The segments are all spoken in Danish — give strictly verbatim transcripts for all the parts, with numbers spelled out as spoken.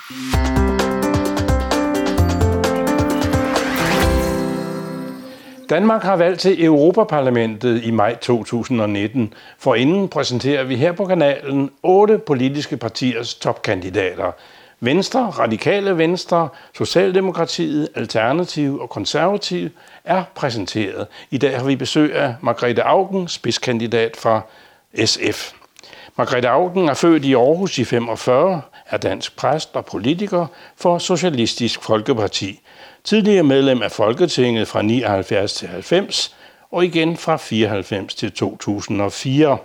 Danmark har valgt til Europaparlamentet i maj to tusind og nitten. Forinden præsenterer vi her på kanalen otte politiske partiers topkandidater. Venstre, Radikale Venstre, Socialdemokratiet, Alternativ og Konservativ er præsenteret. I dag har vi besøg af Margrethe Auken, spidskandidat fra S F. Margrethe Auken er født i Aarhus i femogfyrre, er dansk præst og politiker for Socialistisk Folkeparti. Tidligere medlem af Folketinget fra nioghalvfjerds til halvfems og igen fra fireoghalvfems til to tusind og fire.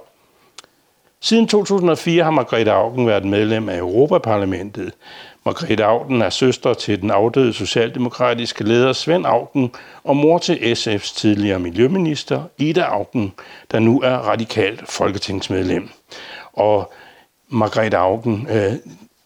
Siden to tusind og fire har Margrethe Auken været medlem af Europaparlamentet. Margrethe Auken er søster til den afdøde socialdemokratiske leder Svend Auken og mor til S F's tidligere miljøminister Ida Auken, der nu er radikalt folketingsmedlem. Og Margrethe Auken, øh,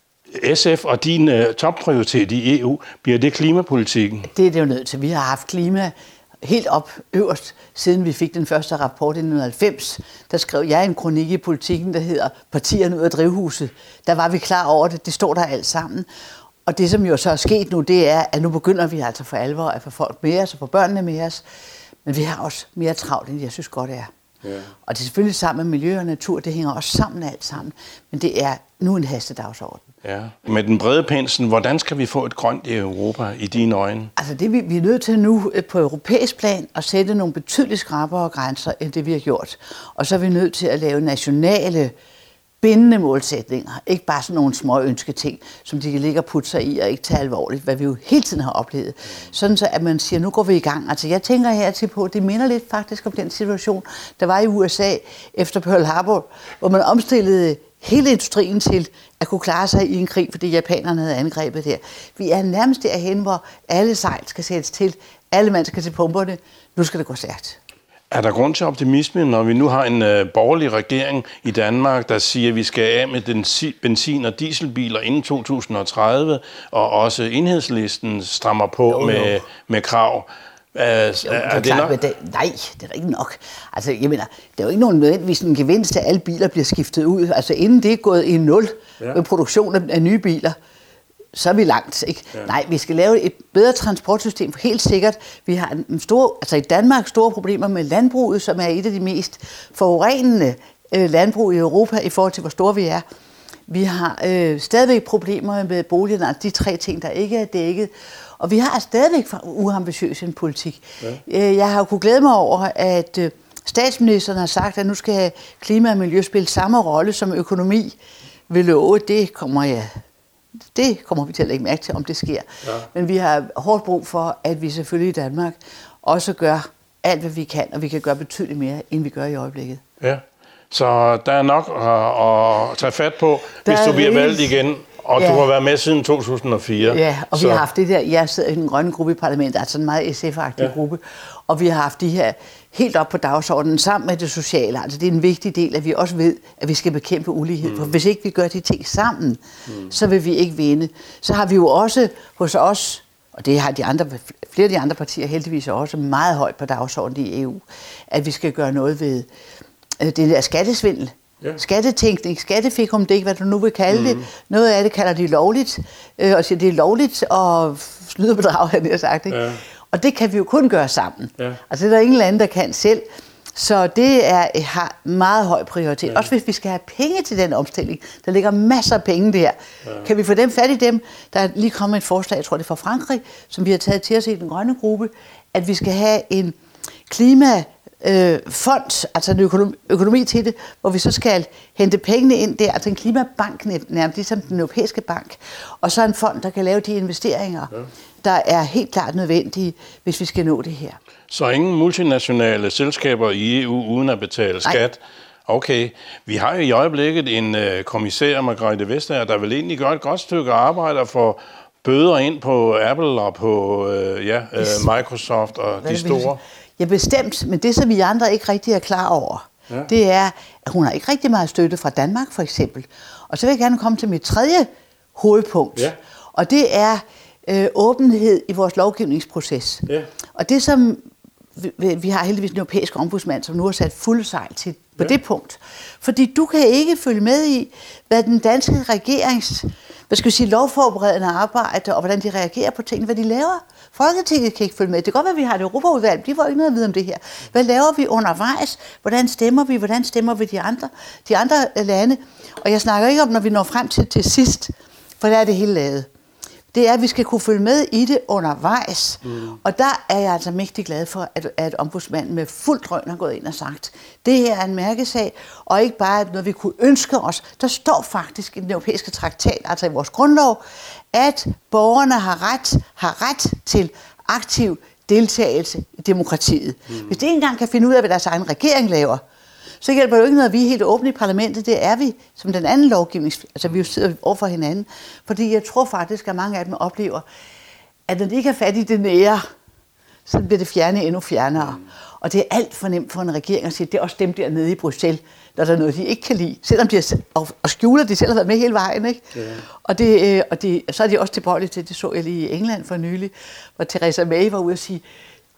S F og din uh, topprioritet i E U, bliver det klimapolitikken? Det er det jo nødt til. Vi har haft klima helt op øverst, siden vi fik den første rapport i nitten halvfems. Der skrev jeg en kronik i Politikken, der hedder Partierne ud af drivhuset. Der var vi klar over det. Det står der alt sammen. Og det, som jo så er sket nu, det er, at nu begynder vi altså for alvor at få folk med os og få børnene med os. Men vi har også mere travlt, end jeg synes godt er. Ja. Og det er selvfølgelig sammen med miljø og natur, det hænger også sammen alt sammen. Men det er nu en hastedagsorden. Ja. Med den brede pensel, hvordan skal vi få et grønt i Europa i dine øjne? Altså det vi, vi er nødt til nu på europæisk plan at sætte nogle betydeligt skrappere grænser, end det vi har gjort. Og så er vi nødt til at lave nationale bindende målsætninger. Ikke bare sådan nogle små ønsketing, som de kan ligge og putte sig i og ikke tage alvorligt, hvad vi jo hele tiden har oplevet. Sådan så, at man siger, nu går vi i gang. Altså jeg tænker her til på, det minder lidt faktisk om den situation, der var i U S A efter Pearl Harbor, hvor man omstillede hele industrien til at kunne klare sig i en krig, fordi japanerne havde angrebet der. Vi er nærmest derhen, hvor alle sejl skal sættes til, alle mand skal til pumperne. Nu skal det gå stærkt. Er der grund til optimisme, når vi nu har en øh, borgerlig regering i Danmark, der siger, at vi skal af med den benzin- og dieselbiler inden to tusind og tredive, og også Enhedslisten strammer på jo, jo. Med, med krav? Uh, jo, er det, det nok? Det, nej, det er da ikke nok. Altså, jeg mener, det er jo ikke nogen nødvendigvis en gevinst, at alle biler bliver skiftet ud. Altså, inden det er gået i nul ja. Med produktion af, af nye biler, så er vi langt, ikke? Ja. Nej, vi skal lave et bedre transportsystem, for helt sikkert. Vi har en stor, altså i Danmark store problemer med landbruget, som er et af de mest forurenende øh, landbrug i Europa i forhold til, hvor store vi er. Vi har øh, stadigvæk problemer med boligerne, altså de tre ting, der ikke er dækket. Og vi har stadigvæk uambitiøs en politik. Ja. Jeg har jo kunnet glæde mig over, at statsministeren har sagt, at nu skal klima og miljø spille samme rolle som økonomi vil love. Det kommer, jeg, det kommer vi til at lægge mærke til, om det sker. Ja. Men vi har hårdt brug for, at vi selvfølgelig i Danmark også gør alt, hvad vi kan, og vi kan gøre betydeligt mere, end vi gør i øjeblikket. Ja. Så der er nok at, at tage fat på, der hvis du bliver valgt igen. Og ja. Du har været med siden to tusind og fire. Ja, og så. Vi har haft det der, jeg sidder i den grønne gruppe i parlamentet, altså en meget S F-agtig ja. Gruppe, og vi har haft de her helt op på dagsordenen sammen med det sociale. Altså det er en vigtig del, at vi også ved, at vi skal bekæmpe ulighed. Mm. For hvis ikke vi gør de ting sammen, mm. så vil vi ikke vinde. Så har vi jo også hos os, og det har de andre, flere af de andre partier heldigvis også meget højt på dagsordenen i E U, at vi skal gøre noget ved det der skattesvindel. Ja. Skattetænkning, skattefikum, det er ikke, hvad du nu vil kalde det. Mm. Noget af det kalder de lovligt, øh, og siger, det er lovligt at snyde og bedrage, har jeg sagt. Ikke? Ja. Og det kan vi jo kun gøre sammen. Ja. Altså det er der ingen lande, der kan selv. Så det er, har meget høj prioritet. Ja. Også hvis vi skal have penge til den omstilling. Der ligger masser af penge der. Ja. Kan vi få dem fat i dem? Der er lige kommet et forslag, jeg tror det er fra Frankrig, som vi har taget til os i den grønne gruppe, at vi skal have en klima Øh, fond, altså en økonomi, økonomi til det, hvor vi så skal hente pengene ind der, altså en klimabank nærmest, ligesom den europæiske bank, og så en fond, der kan lave de investeringer, ja. Der er helt klart nødvendige, hvis vi skal nå det her. Så ingen multinationale selskaber i E U uden at betale skat? Nej. Okay. Vi har jo i øjeblikket en uh, kommissær, Margrethe Vestager, der vil egentlig gøre et godt stykke arbejde for bøder ind på Apple og på uh, ja, uh, Microsoft og Hvad de store. Ja, bestemt, men det, som vi andre ikke rigtig er klar over, ja. Det er, at hun har ikke rigtig meget støtte fra Danmark, for eksempel. Og så vil jeg gerne komme til mit tredje hovedpunkt, ja. Og det er øh, åbenhed i vores lovgivningsproces. Ja. Og det, som vi, vi har heldigvis en europæisk ombudsmand, som nu har sat fuld sejl til på ja. Det punkt. Fordi du kan ikke følge med i, hvad den danske regerings hvad skal vi sige, lovforberedende arbejde, og hvordan de reagerer på tingene, hvad de laver. Folketinget kan ikke følge med. Det kan godt være, at vi har et Europaudvalg, de får ikke noget at vide om det her. Hvad laver vi undervejs? Hvordan stemmer vi? Hvordan stemmer vi de andre, de andre lande? Og jeg snakker ikke om, når vi når frem til til sidst, for der er det hele lavet. Det er, at vi skal kunne følge med i det undervejs. Mm. Og der er jeg altså mægtig glad for, at, at ombudsmanden med fuld drøn har gået ind og sagt, det her er en mærkesag, og ikke bare noget, vi kunne ønske os. Der står faktisk i den europæiske traktat, altså i vores grundlov, at borgerne har ret, har ret til aktiv deltagelse i demokratiet. Mm. Hvis de ikke engang kan finde ud af, hvad deres egen regering laver, så hjælper det jo ikke noget, at vi er helt åbne i parlamentet. Det er vi som den anden lovgivning. Altså vi sidder over for hinanden. Fordi jeg tror faktisk, at mange af dem oplever, at når de ikke er fat i det nære, så bliver det fjerne endnu fjernere. Mm. Og det er alt for nemt for en regering at sige, at det er også dem dernede i Bruxelles, når der er noget, de ikke kan lide. Selvom de har, og, og skjuler, de selv har været med hele vejen. Ikke? Ja. Og, det, og det, så er de også tilbøjelige til, det så jeg lige i England for nylig, hvor Theresa May var ude at sige,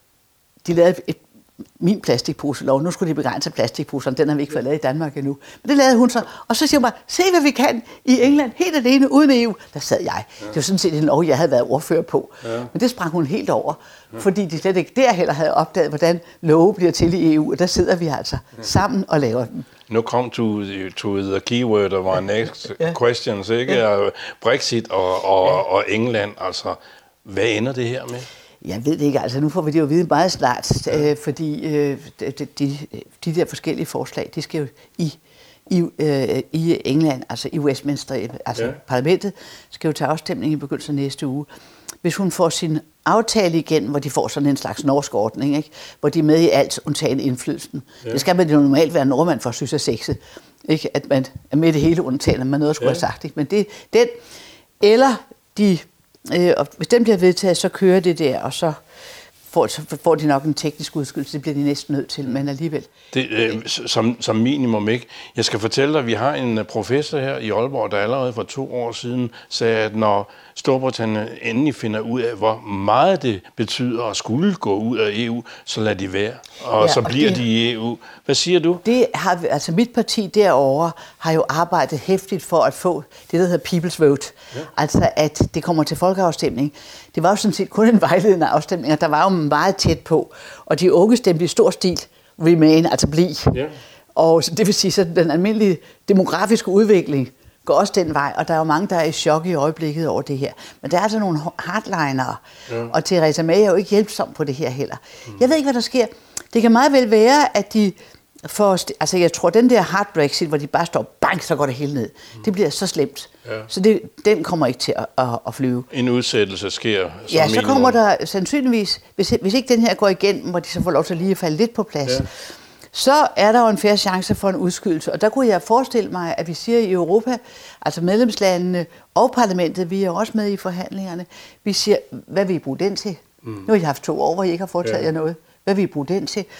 de lavede et min plastikposelov, nu skulle de begrænse plastikposerne, den har vi ikke fået lavet i Danmark endnu. Men det lavede hun så, og så siger hun bare, se hvad vi kan i England, helt alene, uden E U. Der sad jeg. Ja. Det var sådan set en lov, jeg havde været ordfører på. Ja. Men det sprang hun helt over, ja. Fordi de slet ikke der heller havde opdaget, hvordan love bliver til i E U, og der sidder vi altså ja. sammen og laver dem. Nu kom to, to the keyword of our next ja. questions, ikke? Ja. Brexit og, og, ja. og England, altså, hvad ender det her med? Jeg ved det ikke, altså nu får vi det jo at vide meget snart, øh, fordi øh, de, de, de der forskellige forslag, de skal jo i, i, øh, i England, altså i Westminster, altså ja. parlamentet, skal jo tage afstemning i begyndelsen af næste uge. Hvis hun får sin aftale igen, hvor de får sådan en slags norsk ordning, ikke? Hvor de er med i alt undtagen indflydelsen. Ja. Det skal man jo normalt være nordmand for at synes er sexet, ikke? At man er med i det hele undtagen, at man noget skulle ja. have sagt. Ikke? Men det den, eller de... Øh, og hvis den bliver vedtaget, så kører det der, og så får, så får de nok en teknisk udskydelse. Det bliver de næsten nødt til, men alligevel. Det, øh, som, som minimum ikke. Jeg skal fortælle dig, at vi har en professor her i Aalborg, der allerede for to år siden sagde, at når Storbritannien endelig finder ud af, hvor meget det betyder at skulle gå ud af E U, så lad de være, og ja, så bliver og det, de i E U. Hvad siger du? Det har, altså mit parti derovre har jo arbejdet hæftigt for at få det, der hedder People's Vote. Ja. Altså at det kommer til folkeafstemning. Det var jo sådan set kun en vejledende afstemning, og der var jo meget tæt på. Og de unge stemte i stor stil remain, altså bliv. Ja. Og det vil sige, at den almindelige demografiske udvikling går også den vej, og der er jo mange, der er i chok i øjeblikket over det her. Men der er altså nogle hardlinere, ja. og Theresa May er jo ikke hjælpsom på det her heller. Mm. Jeg ved ikke, hvad der sker. Det kan meget vel være, at de får... Altså, jeg tror, den der hard Brexit, hvor de bare står, bang, så går det hele ned. Mm. Det bliver så slemt. Ja. Så det, den kommer ikke til at, at, at flyve. En udsættelse sker som Ja, så minimum. kommer der sandsynligvis, hvis, hvis ikke den her går igennem, hvor de så får lov til lige at falde lidt på plads, ja. så er der jo en fair chance for en udskydelse. Og der kunne jeg forestille mig, at vi siger i Europa, altså medlemslandene og parlamentet, vi er også med i forhandlingerne, vi siger, hvad vil I bruge den til? Mm. Nu har I haft to år, hvor I ikke har foretaget ja. jer noget. Hvad vil I bruge den til?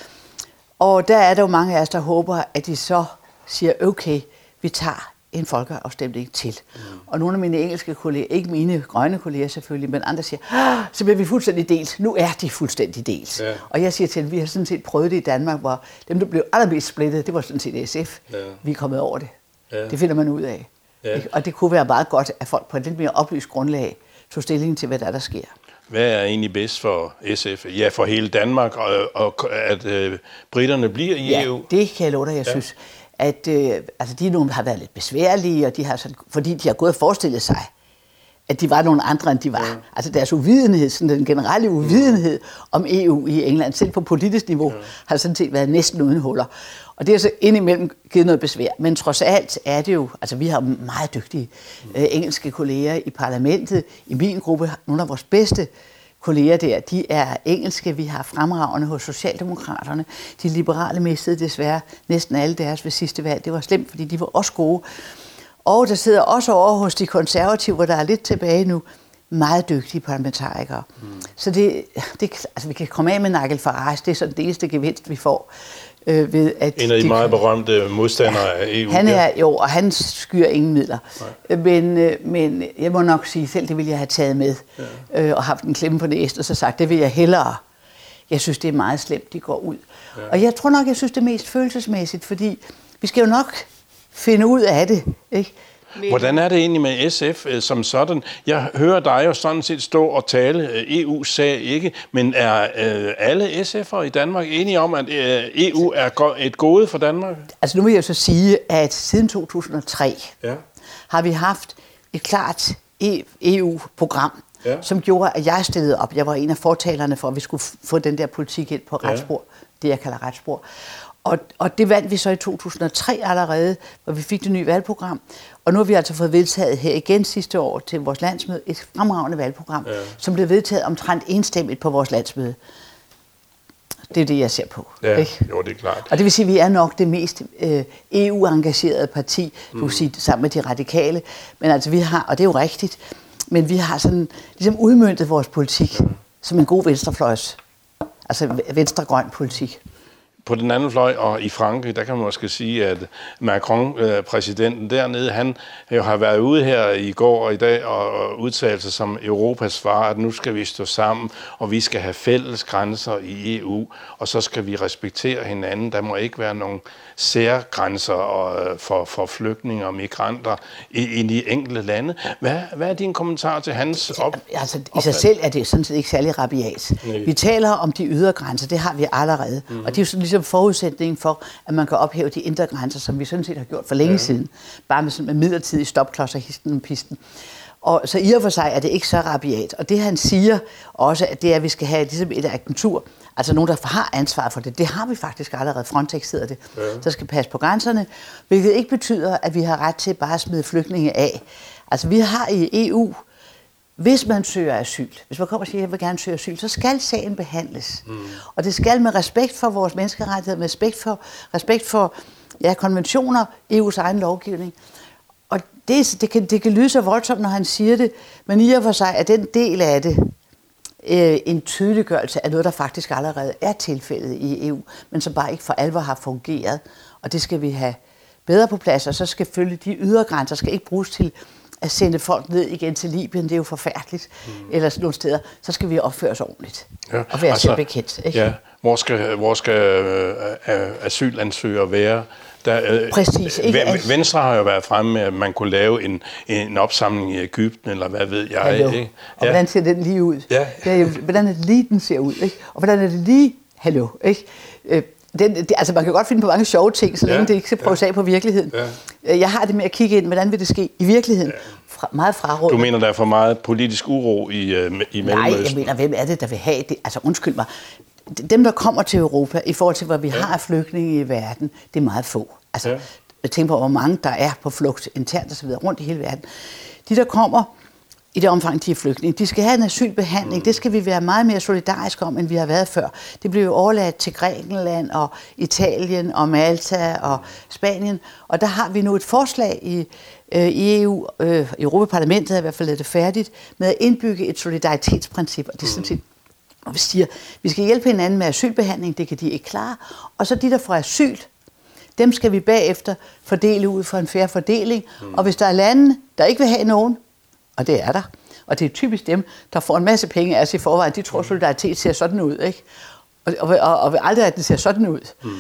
Og der er der jo mange af os, der håber, at de så siger, okay, vi tager en folkeafstemning til. Mm. Og nogle af mine engelske kolleger, ikke mine grønne kolleger selvfølgelig, men andre siger, så bliver vi fuldstændig delt. Nu er de fuldstændig delt. Ja. Og jeg siger til dem, vi har sådan set prøvet det i Danmark, hvor dem, der blev allermest splittet, det var sådan set S F. Ja. Vi er kommet over det. Ja. Det finder man ud af. Ja. Og det kunne være meget godt, at folk på et lidt mere oplyst grundlag tog stilling til, hvad der, der sker. Hvad er egentlig bedst for S F? Ja, for hele Danmark, og, og at øh, britterne bliver i ja, E U? Det kan jeg love dig, jeg ja. synes. At øh, altså de nogle har været lidt besværlige, og de har sådan, fordi de har gået og forestillet sig, at de var nogle andre, end de var. Ja. Altså deres uvidenhed, sådan den generelle uvidenhed om E U i England, selv på politisk niveau, ja. har sådan set været næsten uden huller. Og det har så indimellem givet noget besvær. Men trods alt er det jo, altså vi har meget dygtige øh, engelske kolleger i parlamentet. I min gruppe, nogle af vores bedste kolleger der, de er engelske. Vi har fremragende hos Socialdemokraterne. De liberale mistede desværre næsten alle deres ved sidste valg. Det var slemt, fordi de var også gode. Og der sidder også over hos de konservative, hvor der er lidt tilbage nu, meget dygtige parlamentarikere. Mm. Så det, det, altså vi kan komme af med Nigel Farage, det er sådan det eneste gevinst, vi får. Øh, ved at en af de meget berømte modstandere ja, af E U. Han er ja. jo, og han skyer ingen midler. Men, øh, men jeg må nok sige selv, det ville jeg have taget med, ja. øh, og haft en klemme på næsten, og så sagt, det vil jeg hellere. Jeg synes, det er meget slemt, de går ud. Ja. Og jeg tror nok, jeg synes, det er mest følelsesmæssigt, fordi vi skal jo nok finde ud af det, ikke? Hvordan er det egentlig med S F øh, som sådan? Jeg hører dig jo sådan set stå og tale øh, E U's sag ikke, men er øh, alle S F'ere i Danmark enige om, at øh, E U er go- et gode for Danmark? Altså nu vil jeg så sige, at siden to tusind og tre ja. har vi haft et klart E U-program, ja. som gjorde, at jeg stillede op. Jeg var en af fortalerne for, at vi skulle få den der politik ind på retsspor, ja. det jeg kalder retsspor. Og, og det vandt vi så i to tusind og tre allerede, hvor vi fik det nye valgprogram. Og nu har vi altså fået vedtaget her igen sidste år til vores landsmøde et fremragende valgprogram, ja. som blev vedtaget omtrent enstemmigt på vores landsmøde. Det er det, jeg ser på. Ja, ikke? Jo, det er klart. Og det vil sige, at vi er nok det mest øh, E U-engagerede parti, du kan sige, sammen med de radikale. Men altså vi har, og det er jo rigtigt, men vi har sådan ligesom udmøntet vores politik ja. som en god venstrefløjs, altså venstre-grøn politik. På den anden fløj, og i Frankrig, der kan man måske sige, at Macron, præsidenten dernede, han jo har været ude her i går og i dag og udtalt sig som Europas far, at nu skal vi stå sammen, og vi skal have fælles grænser i E U, og så skal vi respektere hinanden. Der må ikke være nogen særgrænser for, for flygtninge og migranter i, i de enkelte lande. Hvad, hvad er din kommentar til hans op? Altså, i sig selv er det sådan set ikke særlig rabiat. Nej. Vi taler om de ydre grænser, det har vi allerede, mm-hmm. og det er jo sådan ligesom forudsætningen for, at man kan ophæve de indre grænser, som vi sådan set har gjort for længe ja. siden, bare med, sådan, med midlertidige stopklodser, histen og pisten. Og så i og for sig er det ikke så rabiat. Og det han siger også, at det er, at vi skal have ligesom et agentur, altså nogen, der har ansvar for det. Det har vi faktisk allerede. Frontex hedder det. Ja. Der skal passe på grænserne, hvilket ikke betyder, at vi har ret til bare at smide flygtninge af. Altså vi har i E U, hvis man søger asyl, hvis man kommer og siger, at jeg vil gerne søge asyl, så skal sagen behandles. Mm. Og det skal med respekt for vores menneskerettigheder, med respekt for, respekt for ja, konventioner, E U's egen lovgivning. Og det, det, kan, det kan lyde så voldsomt, når han siger det, men i og for sig er den del af det øh, en tydeliggørelse af noget, der faktisk allerede er tilfældet i E U, men som bare ikke for alvor har fungeret. Og det skal vi have bedre på plads, og så skal selvfølgelig de ydre grænser skal ikke bruges til at sende folk ned igen til Libyen, det er jo forfærdeligt, mm. eller sådan nogle steder, så skal vi opføre os ordentligt, ja. og være altså, selvbekendt. Ikke? Ja. Hvor skal, hvor skal øh, asylansøgere være? Der, øh, Præcis. Ikke? Venstre har jo været fremme med, at man kunne lave en, en opsamling i Egypten, eller hvad ved jeg. Hallo. Ikke? Og ja. hvordan ser den lige ud? Ja. Det er jo, hvordan er det lige, den ser ud? Ikke? Og hvordan er det lige... Hallo, ikke? Øh, Den, det, altså man kan godt finde på mange sjove ting, så længe ja, det ikke skal prøves ja, af på virkeligheden. Ja. Jeg har det med at kigge ind, hvordan vil det ske i virkeligheden. Ja. Fra, meget frarådet. Du mener, der er for meget politisk uro i, uh, i Mellemøsten? Nej, jeg mener, hvem er det, der vil have det? Altså undskyld mig. Dem, der kommer til Europa, i forhold til, hvad vi ja. har af flygtninge i verden, det er meget få. Altså, ja. jeg tænker på, hvor mange der er på flugt internt og så videre rundt i hele verden. De, der kommer i det omfang, de er flygtninge, de skal have en asylbehandling. Mm. Det skal vi være meget mere solidariske om, end vi har været før. Det blev jo overladt til Grækenland og Italien og Malta og Spanien. Og der har vi nu et forslag i, øh, i E U, øh, Europaparlamentet har i hvert fald lavet det færdigt, med at indbygge et solidaritetsprincip. Og det er sådan set, og vi siger, vi skal hjælpe hinanden med asylbehandling, det kan de ikke klare. Og så de, der får asyl, dem skal vi bagefter fordele ud for en fair fordeling. Mm. Og hvis der er lande, der ikke vil have nogen, og det er der, og det er typisk dem, der får en masse penge af os i forvejen, de tror, solidaritet ser sådan ud, ikke? Og, og, og, og aldrig, at det ser sådan ud. Mm.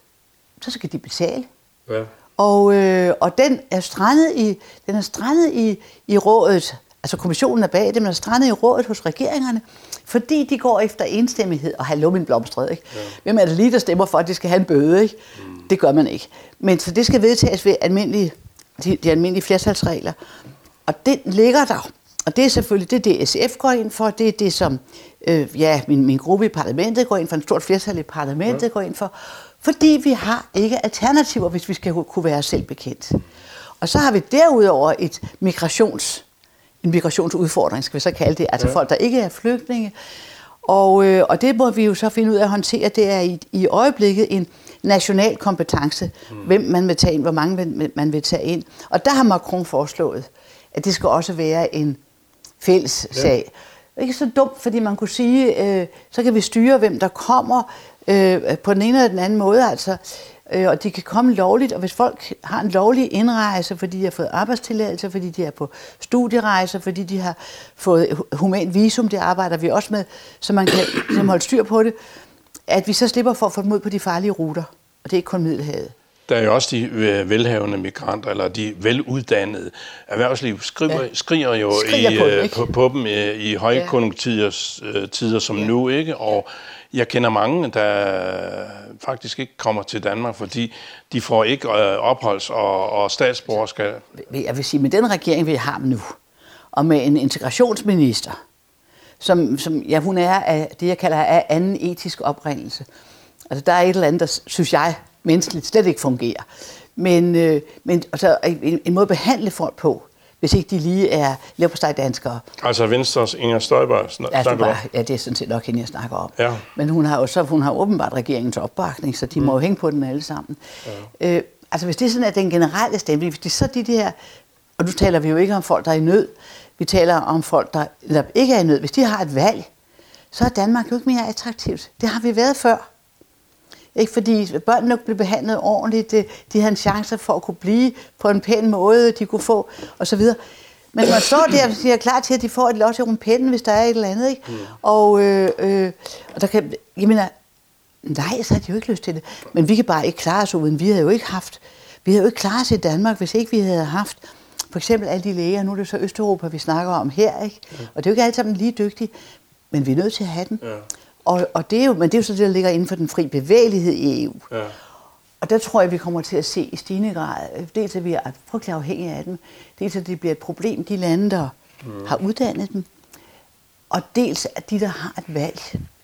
Så skal de betale. Ja. Og, øh, og den er strandet i, den er strandet i, i rådet, altså kommissionen er bag det, men er strandet i rådet hos regeringerne, fordi de går efter enstemmighed, og hallo min blomstred, ikke? Ja. Hvem er det lige, der stemmer for, at de skal have en bøde, ikke? Mm. Det gør man ikke. Men så det skal vedtages ved almindelige, de, de almindelige flertalsregler. Og det ligger der, og det er selvfølgelig det, det S F går ind for, det er det, som øh, ja, min, min gruppe i parlamentet går ind for, en stort flertal i parlamentet ja. går ind for, fordi vi har ikke alternativer, hvis vi skal kunne være selvbekendt. Og så har vi derudover et migrations, en migrationsudfordring, skal vi så kalde det, altså ja. folk, der ikke er flygtninge, og, øh, og det må vi jo så finde ud af at håndtere, det er i, i øjeblikket en national kompetence, mm. hvem man vil tage ind, hvor mange man vil tage ind, og der har Macron foreslået, at det skal også være en fælles ja. sag. Ikke så dumt, fordi man kunne sige, øh, så kan vi styre, hvem der kommer øh, på den ene eller den anden måde, altså, øh, og de kan komme lovligt, og hvis folk har en lovlig indrejse, fordi de har fået arbejdstilladelse, fordi de er på studierejser, fordi de har fået human visum, det arbejder vi også med, så man kan ligesom holde styr på det, at vi så slipper for at få dem ud på de farlige ruter, og det er ikke kun Middelhavet. Der er jo også de velhavende migranter, eller de veluddannede. Erhvervsliv skriver, ja. skriger jo skriger i, på, dem, på, på dem i, i højkonjunkturtider tider som ja. nu, ikke? Og jeg kender mange, der faktisk ikke kommer til Danmark, fordi de får ikke opholds- og, og statsborgerskab. Jeg vil sige, med den regering, vi har nu, og med en integrationsminister, som, som ja, hun er af det, jeg kalder af anden etisk oprindelse. Altså, der er et eller andet, der, synes jeg, menneskeligt slet ikke fungerer. Men, øh, men altså, en, en måde at behandle folk på, hvis ikke de lige er leverpostejdanskere. Altså Venstres Inger Støjberg snakker ja, om? Ja, det er sådan set nok hende, jeg snakker om. Ja. Men hun har jo så, hun har åbenbart regeringens opbakning, så de mm. må jo hænge på den alle sammen. Ja. Øh, altså hvis det er sådan, at den generelle stemning, hvis det er så de der, og nu taler vi jo ikke om folk, der er i nød, vi taler om folk, der, der ikke er i nød. Hvis de har et valg, så er Danmark jo ikke mere attraktivt. Det har vi været før. Ikke fordi børnene blev behandlet ordentligt, de havde en chance for at kunne blive på en pæn måde, de kunne få, og så videre. Men man står der og siger klar til, at de får et lot i rumpennen, hvis der er et eller andet, ikke? Mm. Og, øh, øh, og der kan, jeg mener, nej, så har de jo ikke lyst til det. Men vi kan bare ikke klare os uden. Vi havde jo ikke haft, vi havde jo ikke klaret os i Danmark, hvis ikke vi havde haft, for eksempel alle de læger, nu er det så Østeuropa, vi snakker om her, ikke? Mm. Og det er jo ikke alle sammen lige dygtige, men vi er nødt til at have den. Ja. Og, og det er jo, men det er jo så det, der ligger inden for den fri bevægelighed i E U. Ja. Og der tror jeg, vi kommer til at se i stigende grad, dels at vi er frygtelig afhængige af dem, dels at det bliver et problem, de lande, der mm. har uddannet dem, og dels at de, der har et valg,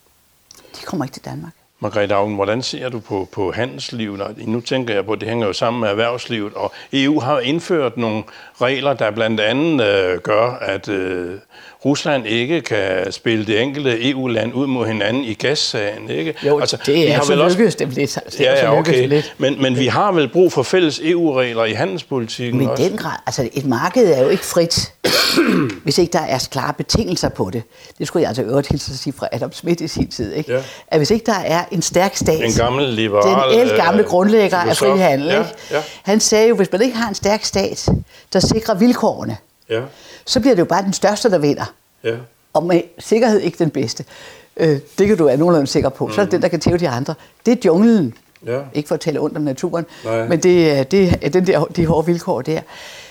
de kommer ikke til Danmark. Margrethe Auken, hvordan ser du på, på handelslivet? Nu tænker jeg på, at det hænger jo sammen med erhvervslivet, og E U har indført nogle regler, der blandt andet øh, gør, at øh, Rusland ikke kan spille det enkelte E U-land ud mod hinanden i gassagen, ikke? Jo, altså, det er så lykkedes dem lidt. Ja, ja, okay. Lidt. Men, men vi har vel brug for fælles E U-regler i handelspolitikken men også? Men den grad, altså et marked er jo ikke frit, hvis ikke der er klare betingelser på det. Det skulle jeg altså øvrigt hilse at sige fra Adam Smith i sin tid, ikke? Ja. At hvis ikke der er en stærk stat, en gammel liberal, den ældgamle grundlægger af frihandel, ja, ikke? Ja. Han sagde jo, hvis man ikke har en stærk stat, der sikrer vilkårene, ja. så bliver det jo bare den største, der vinder. Ja. Og med sikkerhed ikke den bedste. Øh, det kan du være nogenlunde sikker på. Mm. Så er det den, der kan tæve de andre. Det er junglen. Ja. Ikke for at tale ondt om naturen, nej. Men det, det er den der, de hårde vilkår der.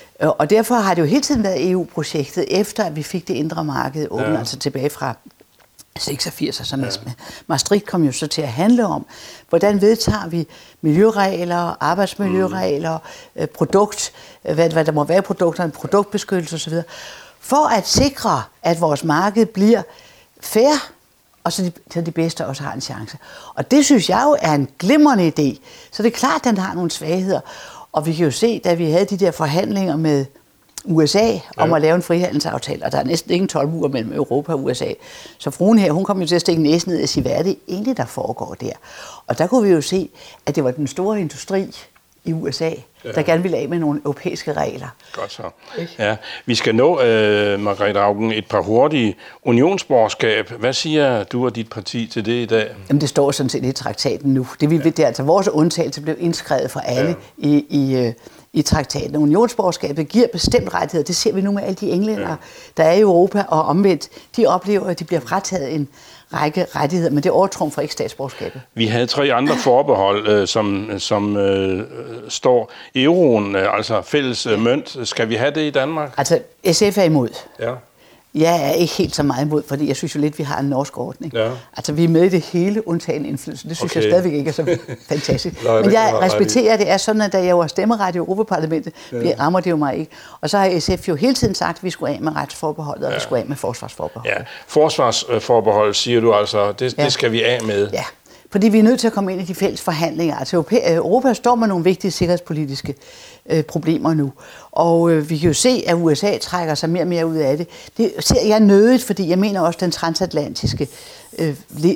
Og derfor har det jo hele tiden været E U-projektet, efter at vi fik det indre marked åbent, ja. altså tilbage fra seksogfirs, så ja. Maastricht kom jo så til at handle om, hvordan vedtager vi miljøregler, arbejdsmiljøregler, mm. produkt, hvad, hvad der må være i produkterne, produktbeskyttelse osv., for at sikre, at vores marked bliver fair, og så de, så de bedste også har en chance. Og det synes jeg jo er en glimrende idé. Så det er klart, at den har nogle svagheder. Og vi kan jo se, da vi havde de der forhandlinger med U S A ja. om at lave en frihandelsaftale, og der er næsten ingen toldmur mellem Europa og U S A. Så fruen her, hun kom jo til at stikke næsen ned og sige, hvad er det egentlig, der foregår der? Og der kunne vi jo se, at det var den store industri i U S A, ja. der gerne ville af med nogle europæiske regler. Godt så. Ja, vi skal nå, uh, Margrethe Auken, et par hurtige unionsborgerskab. Hvad siger du og dit parti til det i dag? Jamen, det står sådan set i traktaten nu. Det, vi, ja. det er altså vores undtagelse blev indskrevet for alle ja. i, i, i traktaten. Unionsborgerskabet giver bestemt rettigheder. Det ser vi nu med alle de englænder, ja. der er i Europa og omvendt. De oplever, at de bliver frataget en række rettigheder, men det overtrumfer ikke statsborgerskabet. Vi havde tre andre forbehold, øh, som, som øh, står euroen, øh, altså fælles øh, mønt. Skal vi have det i Danmark? Altså, S F er imod. Ja. Jeg er ikke helt så meget imod, fordi jeg synes jo lidt, vi har en norsk ordning. Ja. Altså, vi er med i det hele, undtagen indflydelse. Det synes okay. jeg stadigvæk ikke er så fantastisk. Nej, men jeg respekterer, at det er sådan, at da jeg var stemmeret i Europaparlamentet, ja. rammer det jo mig ikke. Og så har S F jo hele tiden sagt, at vi skulle af med retsforbeholdet, og ja. vi skulle af med forsvarsforbeholdet. Ja, forsvarsforbehold, siger du altså, det, ja. det skal vi af med. Ja, fordi vi er nødt til at komme ind i de fælles forhandlinger. Altså, Europa står med nogle vigtige sikkerhedspolitiske øh, problemer nu. Og øh, vi kan jo se, at U S A trækker sig mere og mere ud af det. Det ser jeg nødigt, fordi jeg mener også, at den transatlantiske øh,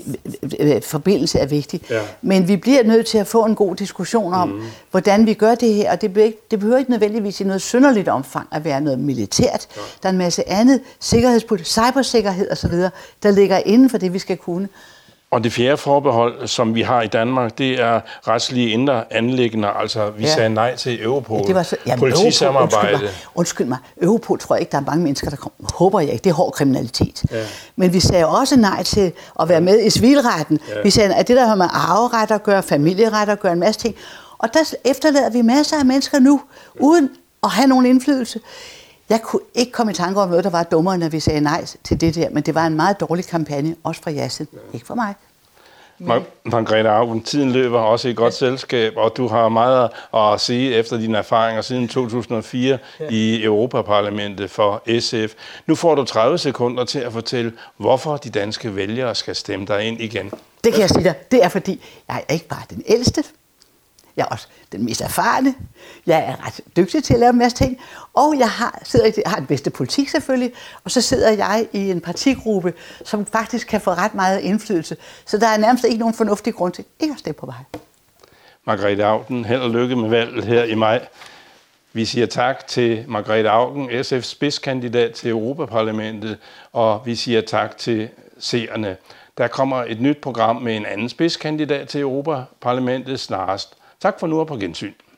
øh, forbindelse er vigtig. Ja. Men vi bliver nødt til at få en god diskussion om, mm. hvordan vi gør det her. Og det, ikke, det behøver ikke nødvendigvis i noget synderligt omfang at være noget militært. Ja. Der er en masse andet sikkerhedspolitik, cybersikkerhed osv., der ligger inden for det, vi skal kunne. Og det fjerde forbehold, som vi har i Danmark, det er retslige indre anliggender. Altså, vi ja. sagde nej til Europol, ja, det var så, jamen, politisamarbejde. Europol, undskyld, mig, undskyld mig, Europol tror jeg ikke, der er mange mennesker, der kommer. Håber jeg ikke, det er hård kriminalitet. Ja. Men vi sagde også nej til at være med i civilretten. Ja. Vi sagde, at det der har med arveret at gøre, familieret at gøre, en masse ting. Og der efterlader vi masser af mennesker nu, uden at have nogen indflydelse. Jeg kunne ikke komme i tanke om noget, der var dummere, når vi sagde nej til det der, men det var en meget dårlig kampagne, også fra jeres side. Ikke for mig. Margrethe Auken, tiden løber også i godt ja. selskab, og du har meget at sige efter dine erfaringer siden to tusind og fire ja. i Europaparlamentet for S F. Nu får du tredive sekunder til at fortælle, hvorfor de danske vælgere skal stemme dig ind igen. Det kan jeg sige dig. Det er fordi, jeg er ikke bare den ældste. Jeg er også den mest erfarne. Jeg er ret dygtig til at lave en masse ting. Og jeg har, sidder i, har den bedste politik selvfølgelig. Og så sidder jeg i en partigruppe, som faktisk kan få ret meget indflydelse. Så der er nærmest ikke nogen fornuftig grund til ikke at stemme på mig. Margrethe Auken, held og lykke med valget her i maj. Vi siger tak til Margrethe Auken, S F's spidskandidat til Europaparlamentet. Og vi siger tak til seerne. Der kommer et nyt program med en anden spidskandidat til Europaparlamentet snarest. Tak for nu og på gensyn.